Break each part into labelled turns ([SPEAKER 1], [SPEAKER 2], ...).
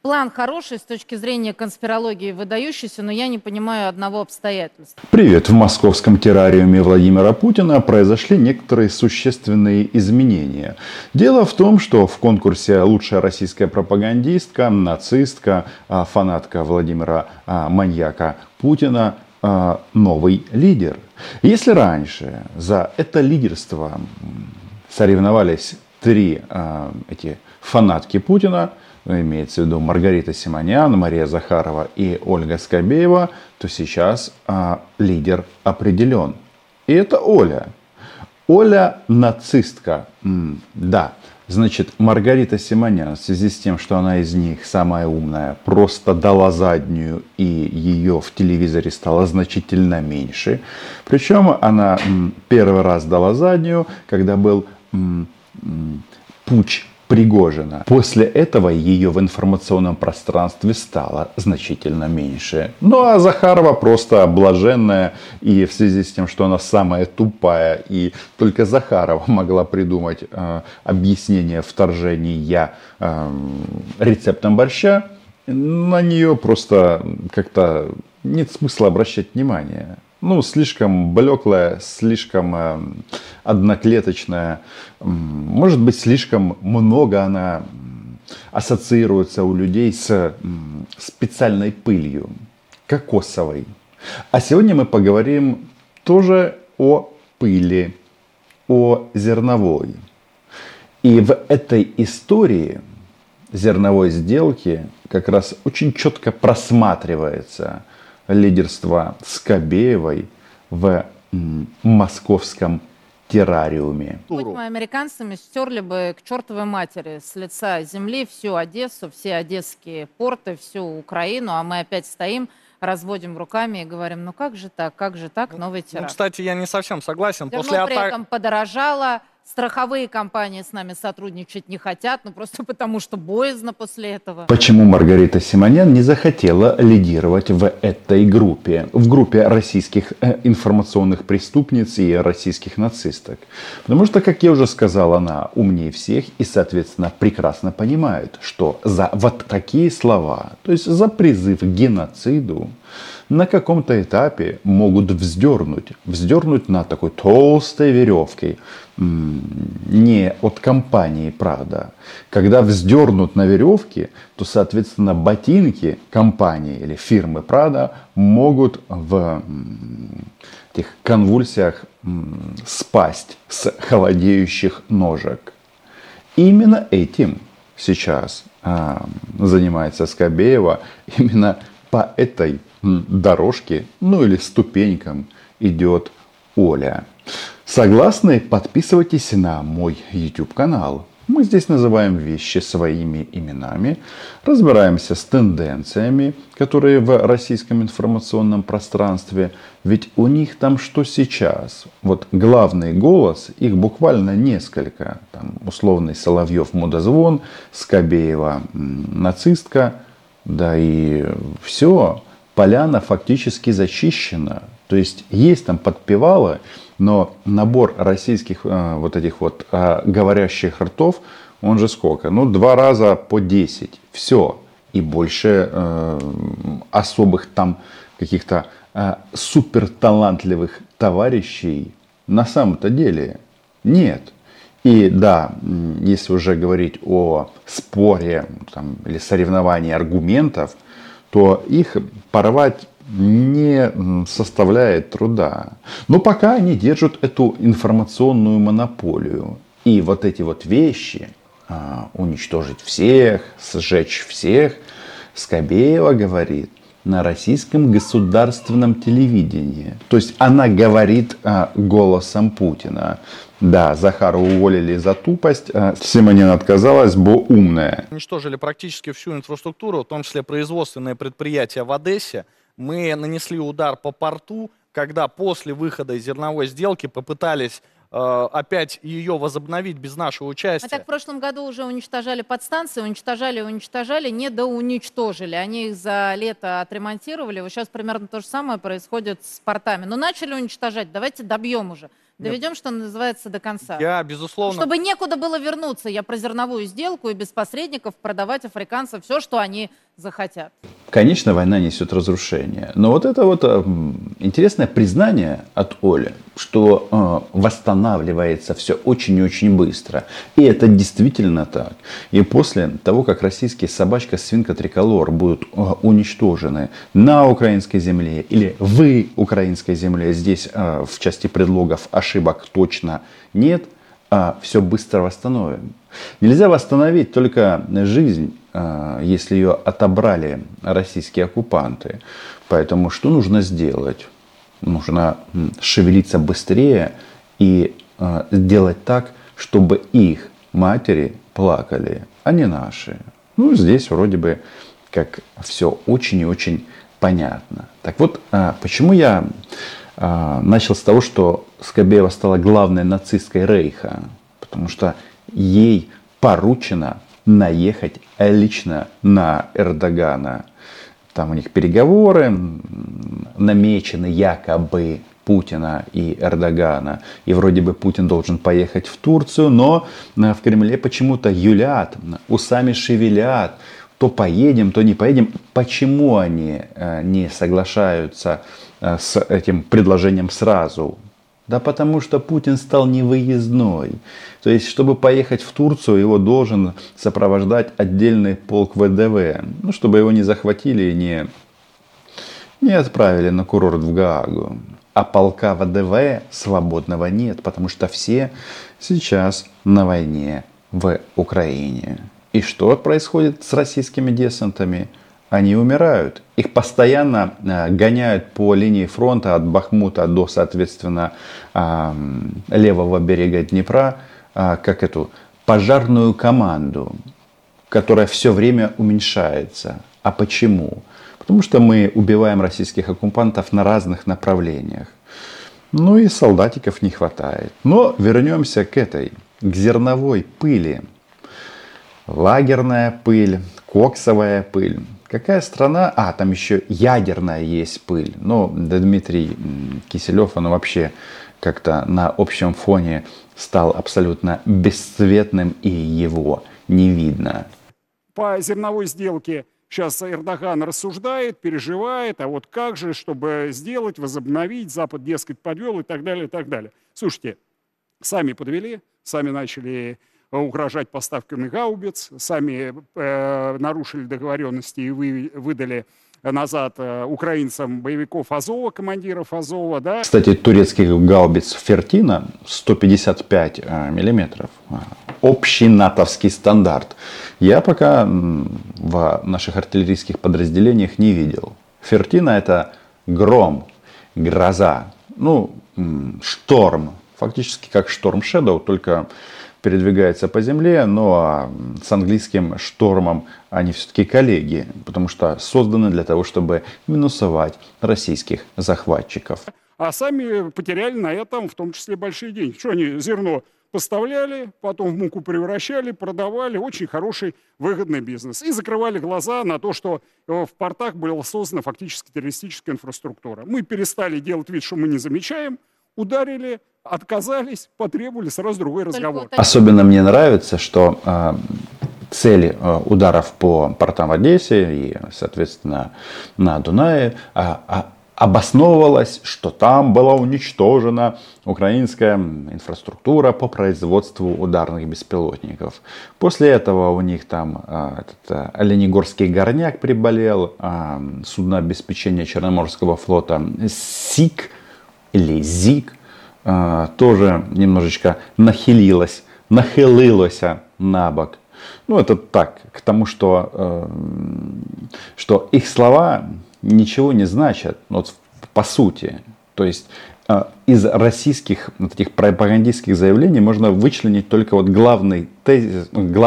[SPEAKER 1] план хороший с точки зрения конспирологии, выдающийся, но я не понимаю одного обстоятельства.
[SPEAKER 2] Привет! В московском террариуме Владимира Путина произошли некоторые существенные изменения. Дело в том, что в конкурсе «Лучшая российская пропагандистка», нацистка, фанатка Владимира маньяка Путина новый лидер. Если раньше за это лидерство соревновались три эти фанатки Путина, имеется в виду Маргарита Симонян, Мария Захарова и Ольга Скобеева, то сейчас лидер определен. И это Оля. Оля нацистка. Да, значит, Маргарита Симонян, в связи с тем, что она из них самая умная, просто дала заднюю, и ее в телевизоре стало значительно меньше. Причем она первый раз дала заднюю, когда был путч Пригожина. После этого ее в информационном пространстве стало значительно меньше. Ну а Захарова просто блаженная, и в связи с тем, что она самая тупая, и только Захарова могла придумать объяснение вторжения рецептом борща, на нее просто как-то нет смысла обращать внимание. Ну, слишком блеклая, слишком одноклеточная. Может быть, слишком много она ассоциируется у людей с специальной пылью, кокосовой. А сегодня мы поговорим тоже о пыли, о зерновой. И в этой истории зерновой сделки как раз очень четко просматривается лидерство Скобеевой в московском террариуме.
[SPEAKER 1] Будь мы американцами, стерли бы к чертовой матери с лица земли всю Одессу, все одесские порты, всю Украину, а мы опять стоим, разводим руками и говорим, ну как же так, новый теракт.
[SPEAKER 3] Ну, кстати, я не совсем согласен.
[SPEAKER 1] Зерно при этом подорожало, страховые компании с нами сотрудничать не хотят, ну просто потому что боязно после этого.
[SPEAKER 2] Почему Маргарита Симонян не захотела лидировать в этой группе, в группе российских информационных преступниц и российских нацисток? Потому что, как я уже сказал, она умнее всех и, соответственно, прекрасно понимает, что за вот такие слова, то есть за призыв к геноциду, на каком-то этапе могут вздернуть на такой толстой веревке, не от компании «Правда». Когда вздернут на веревке, то, соответственно, ботинки компании или фирмы «Правда» могут в этих конвульсиях спасть с холодеющих ножек. Именно этим сейчас занимается Скобеева, именно по этой дорожке, ну или ступенькам идет Оля. Согласны? Подписывайтесь на мой YouTube канал. Мы здесь называем вещи своими именами, разбираемся с тенденциями, которые в российском информационном пространстве. Ведь у них там что сейчас? Вот главный голос, их буквально несколько. Там условный Соловьев мудозвон, Скобеева нацистка, да и все. Поляна фактически зачищена. То есть есть там подпевалы, но набор российских вот этих вот говорящих ртов, он же сколько? Ну, 2 раза по 10. Все. И больше особых там каких-то суперталантливых товарищей на самом-то деле нет. И да, если уже говорить о споре там, или соревновании аргументов, то их порвать не составляет труда. Но пока они держат эту информационную монополию. И вот эти вот вещи, уничтожить всех, сжечь всех, Скобеева говорит на российском государственном телевидении. То есть она говорит голосом Путина. Да, Захарову уволили за тупость, Симонян отказалась, бо умная.
[SPEAKER 3] Уничтожили практически всю инфраструктуру, в том числе производственные предприятия в Одессе. Мы нанесли удар по порту, когда после выхода из зерновой сделки попытались опять ее возобновить без нашего участия.
[SPEAKER 1] Мы так в прошлом году уже уничтожали подстанции, уничтожали, недоуничтожили. Они их за лето отремонтировали. Вот сейчас примерно то же самое происходит с портами. Но начали уничтожать, давайте добьем уже. Доведем, что называется, до конца.
[SPEAKER 3] Я, безусловно...
[SPEAKER 1] Чтобы некуда было вернуться. Я про зерновую сделку и без посредников продавать африканцам все, что они захотят.
[SPEAKER 2] Конечно, война несет разрушение. Но вот это вот интересное признание от Оли, что восстанавливается все очень и очень быстро. И это действительно так. И после того, как российские собачка, свинка, триколор будут уничтожены на украинской земле или в украинской земле, здесь в части предлогов ошибок точно нет, все быстро восстановим. Нельзя восстановить только жизнь, если ее отобрали российские оккупанты. Поэтому что нужно сделать? Нужно шевелиться быстрее и сделать так, чтобы их матери плакали, а не наши. Ну, здесь вроде бы как все очень и очень понятно. Так вот, почему я начал с того, что Скобеева стала главной нацисткой Рейха? Потому что ей поручено наехать лично на Эрдогана. Там у них переговоры намечены якобы Путина и Эрдогана. И вроде бы Путин должен поехать в Турцию, но в Кремле почему-то юлят, усами шевелят. То поедем, то не поедем. Почему они не соглашаются с этим предложением сразу? Да потому что Путин стал невыездной. То есть, чтобы поехать в Турцию, его должен сопровождать отдельный полк ВДВ. Ну, чтобы его не захватили и не отправили на курорт в Гаагу. А полка ВДВ свободного нет, потому что все сейчас на войне в Украине. И что происходит с российскими десантами? Они умирают. Их постоянно гоняют по линии фронта от Бахмута до, соответственно, левого берега Днепра, как эту пожарную команду, которая все время уменьшается. А почему? Потому что мы убиваем российских оккупантов на разных направлениях. Ну и солдатиков не хватает. Но вернемся к зерновой пыли. Лагерная пыль, коксовая пыль. Какая страна? Там еще ядерная есть пыль. Но Дмитрий Киселев, он вообще как-то на общем фоне стал абсолютно бесцветным, и его не видно.
[SPEAKER 4] По зерновой сделке сейчас Эрдоган рассуждает, переживает, а вот как же, чтобы сделать, возобновить, Запад, дескать, подвел и так далее, и так далее. Слушайте, сами подвели, сами начали угрожать поставками гаубиц, сами нарушили договоренности и выдали назад украинцам боевиков Азова, командиров Азова. Да?
[SPEAKER 2] Кстати, турецких гаубиц Фертина 155 миллиметров. Общий натовский стандарт. Я пока в наших артиллерийских подразделениях не видел. Фертина — это гром, гроза, шторм. Фактически как шторм Shadow, только передвигается по земле, но с английским штормом они все-таки коллеги, потому что созданы для того, чтобы минусовать российских захватчиков.
[SPEAKER 4] А сами потеряли на этом в том числе большие деньги. Что они зерно поставляли, потом в муку превращали, продавали. Очень хороший, выгодный бизнес. И закрывали глаза на то, что в портах была создана фактически террористическая инфраструктура. Мы перестали делать вид, что мы не замечаем, ударили, отказались, потребовали, сразу другой разговор.
[SPEAKER 2] Особенно мне нравится, что цель ударов по портам в Одессе и, соответственно, на Дунае обосновывалось, что там была уничтожена украинская инфраструктура по производству ударных беспилотников. После этого у них там Оленегорский горняк приболел, суднообеспечение Черноморского флота СИК или ЗИК тоже немножечко нахилилось на бок. Это так, к тому, что их слова ничего не значат, по сути. То есть из российских этих пропагандистских заявлений можно вычленить только главный тезис,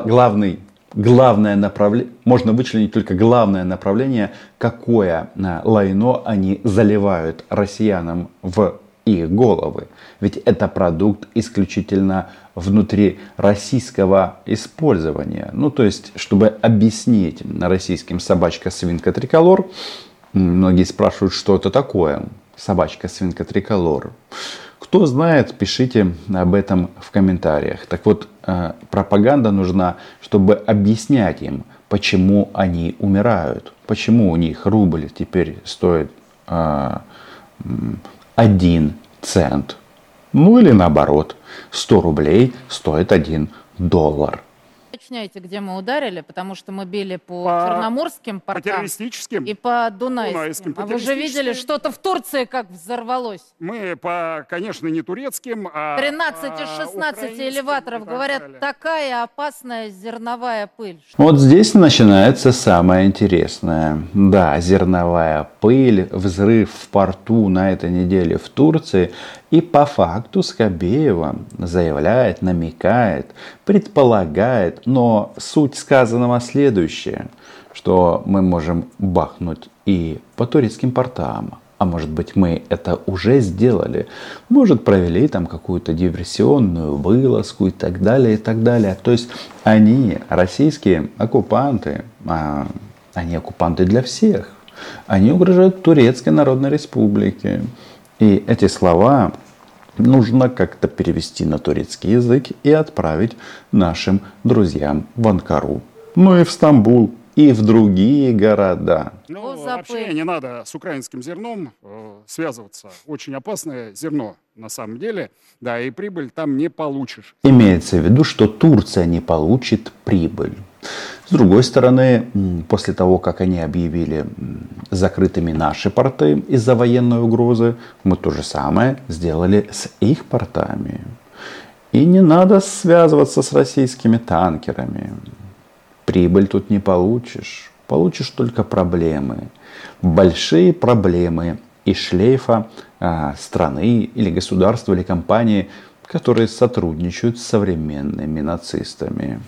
[SPEAKER 2] главное направление, можно вычленить только главное направление, какое лайно они заливают россиянам в их головы. Ведь это продукт исключительно внутрироссийского использования. То есть, чтобы объяснить российским собачка, свинка, триколор, многие спрашивают, что это такое. собачка свинка триколор. Кто знает, пишите об этом в комментариях. Так вот, пропаганда нужна, чтобы объяснять им, почему они умирают, почему у них рубль теперь стоит 1 цент. Ну или наоборот, 100 рублей стоит 1 доллар.
[SPEAKER 1] Уточняйте, где мы ударили, потому что мы били по
[SPEAKER 4] По
[SPEAKER 1] черноморским
[SPEAKER 4] По
[SPEAKER 1] портам
[SPEAKER 4] террористическим.
[SPEAKER 1] и по Дунайским.
[SPEAKER 4] По
[SPEAKER 1] А вы же видели,
[SPEAKER 4] террористическим.
[SPEAKER 1] что-то в Турции как взорвалось.
[SPEAKER 4] Мы по, конечно, не турецким, а
[SPEAKER 1] 13 из 16
[SPEAKER 4] украинским
[SPEAKER 1] элеваторов,
[SPEAKER 4] и так
[SPEAKER 1] говорят,
[SPEAKER 4] далее.
[SPEAKER 1] такая опасная зерновая пыль.
[SPEAKER 2] Вот здесь начинается самое интересное. Да, зерновая пыль, взрыв в порту на этой неделе в Турции. И по факту Скобеева заявляет, намекает, предполагает, но суть сказанного следующее, что мы можем бахнуть и по турецким портам. А может быть, мы это уже сделали. Может, провели там какую-то диверсионную вылазку и так далее, и так далее. То есть они, российские оккупанты, они оккупанты для всех. Они угрожают Турецкой Народной Республике. И эти слова нужно как-то перевести на турецкий язык и отправить нашим друзьям в Анкару. Ну и в Стамбул, и в другие города.
[SPEAKER 4] Ну,
[SPEAKER 1] О,
[SPEAKER 4] вообще
[SPEAKER 1] запыль.
[SPEAKER 4] не надо с украинским зерном связываться. Очень опасное зерно на самом деле. Да, и прибыль там не получишь.
[SPEAKER 2] Имеется в виду, что Турция не получит прибыль. С другой стороны, после того, как они объявили закрытыми наши порты из-за военной угрозы, мы то же самое сделали с их портами. И не надо связываться с российскими танкерами. Прибыль тут не получишь. Получишь только проблемы. Большие проблемы из шлейфа страны или государства или компании, которые сотрудничают с современными нацистами.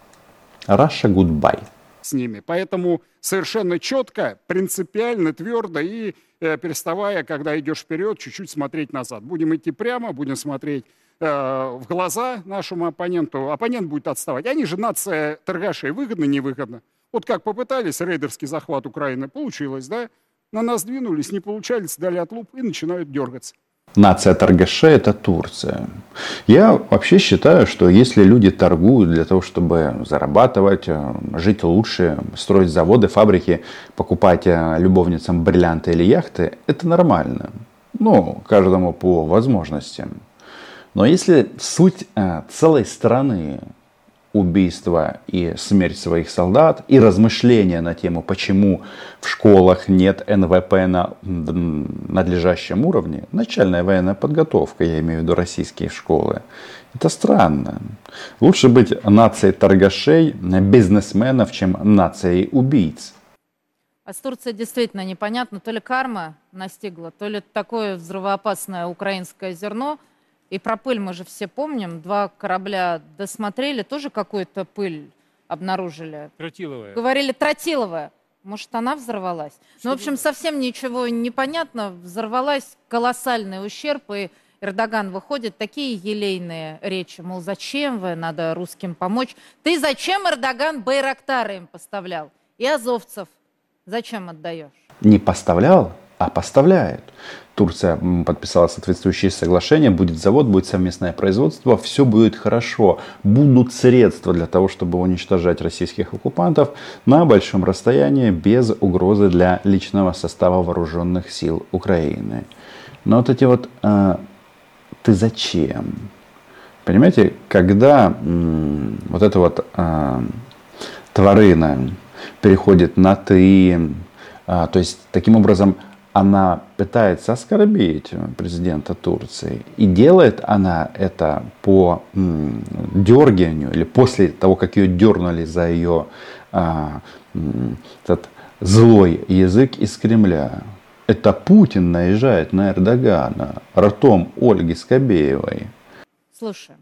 [SPEAKER 2] Russia goodbye.
[SPEAKER 4] С ними. Поэтому совершенно четко, принципиально, твердо и переставая, когда идешь вперед, чуть-чуть смотреть назад. Будем идти прямо, будем смотреть в глаза нашему оппоненту. Оппонент будет отставать. Они же нация торгашей. Выгодно, невыгодно. Вот как попытались рейдерский захват Украины, получилось, да? На нас двинулись, не получались, дали отлуп и начинают дергаться.
[SPEAKER 2] Нация торгашей – это Турция. Я вообще считаю, что если люди торгуют для того, чтобы зарабатывать, жить лучше, строить заводы, фабрики, покупать любовницам бриллианты или яхты, это нормально. Ну, каждому по возможностям. Но если суть целой страны убийство и смерть своих солдат, и размышления на тему, почему в школах нет НВП на надлежащем уровне, начальная военная подготовка, я имею в виду российские школы, это странно. Лучше быть нацией торгашей, бизнесменов, чем нацией убийц.
[SPEAKER 1] А с Турцией действительно непонятно, то ли карма настигла, то ли такое взрывоопасное украинское зерно. И про пыль мы же все помним. 2 корабля досмотрели, тоже какую-то пыль обнаружили.
[SPEAKER 5] Тротиловая.
[SPEAKER 1] Говорили, тротиловая. Может, она взорвалась? Ну, в общем, совсем ничего не понятно. Взорвалась, колоссальный ущерб, и Эрдоган выходит, такие елейные речи, мол, зачем вы, надо русским помочь. Ты зачем, Эрдоган, байрактары им поставлял? И азовцев зачем отдаешь?
[SPEAKER 2] Не поставлял, а поставляет. Турция подписала соответствующие соглашения, будет завод, будет совместное производство, все будет хорошо. Будут средства для того, чтобы уничтожать российских оккупантов на большом расстоянии, без угрозы для личного состава вооруженных сил Украины. Но вот эти вот «ты зачем?» Понимаете, когда вот эта вот тварина переходит на «ты», то есть таким образом она пытается оскорбить президента Турции. И делает она это по дергиванию, или после того, как ее дернули за ее этот злой язык из Кремля. Это Путин наезжает на Эрдогана ртом Ольги Скобеевой.
[SPEAKER 1] Слушаем.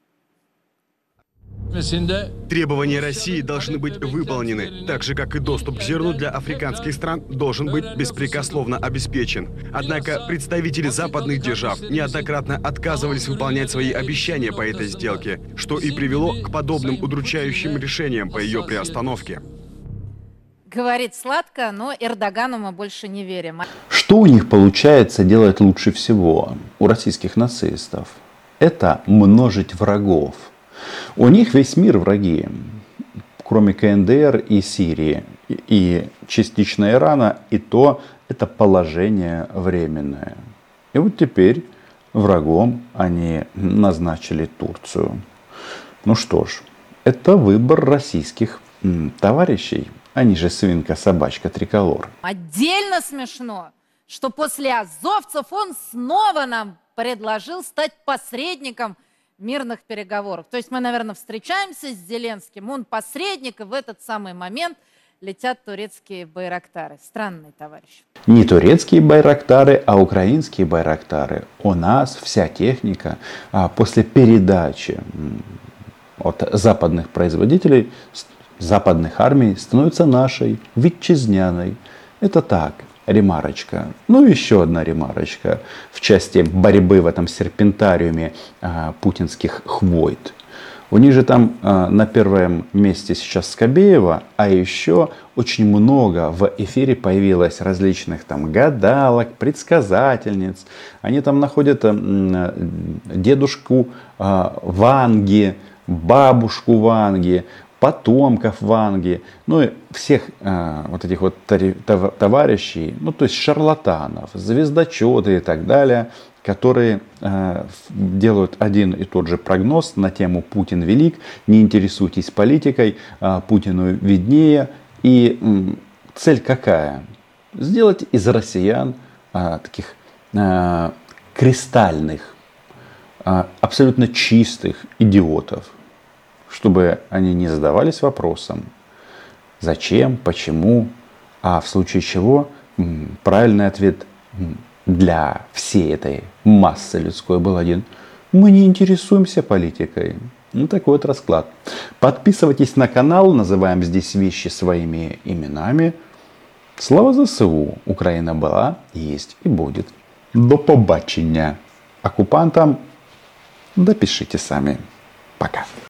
[SPEAKER 6] Требования России должны быть выполнены, так же, как и доступ к зерну для африканских стран должен быть беспрекословно обеспечен. Однако представители западных держав неоднократно отказывались выполнять свои обещания по этой сделке, что и привело к подобным удручающим решениям по ее приостановке.
[SPEAKER 1] Говорит сладко, но Эрдогану мы больше не верим.
[SPEAKER 2] Что у них получается делать лучше всего, у российских нацистов? Это множить врагов. У них весь мир враги, кроме КНДР и Сирии, и частично Ирана, и то это положение временное. И вот теперь врагом они назначили Турцию. Ну что ж, это выбор российских товарищей. Они же свинка, собачка, триколор.
[SPEAKER 1] Отдельно смешно, что после азовцев он снова нам предложил стать посредником мирных переговоров. То есть мы, наверное, встречаемся с Зеленским, он посредник, и в этот самый момент летят турецкие байрактары. Странный товарищ.
[SPEAKER 2] Не турецкие байрактары, а украинские байрактары. У нас вся техника после передачи от западных производителей, западных армий, становится нашей, витчизняной. Это так, ремарочка. Ну, еще одна ремарочка в части борьбы в этом серпентариуме путинских хвойд. У них же там на первом месте сейчас Скобеева, а еще очень много в эфире появилось различных там гадалок, предсказательниц. Они там находят дедушку Ванги, бабушку Ванги, потомков Ванги, ну и всех вот этих вот товарищей, ну то есть шарлатанов, звездочеты и так далее, которые делают один и тот же прогноз на тему «Путин велик», не интересуйтесь политикой, Путину виднее. И цель какая? Сделать из россиян таких кристальных, абсолютно чистых идиотов, чтобы они не задавались вопросом, зачем, почему, а в случае чего правильный ответ для всей этой массы людской был один: мы не интересуемся политикой. Ну, такой вот расклад. Подписывайтесь на канал, называем здесь вещи своими именами. Слава ЗСУ! Украина была, есть и будет. До побачення. Оккупантам допишите сами. Пока.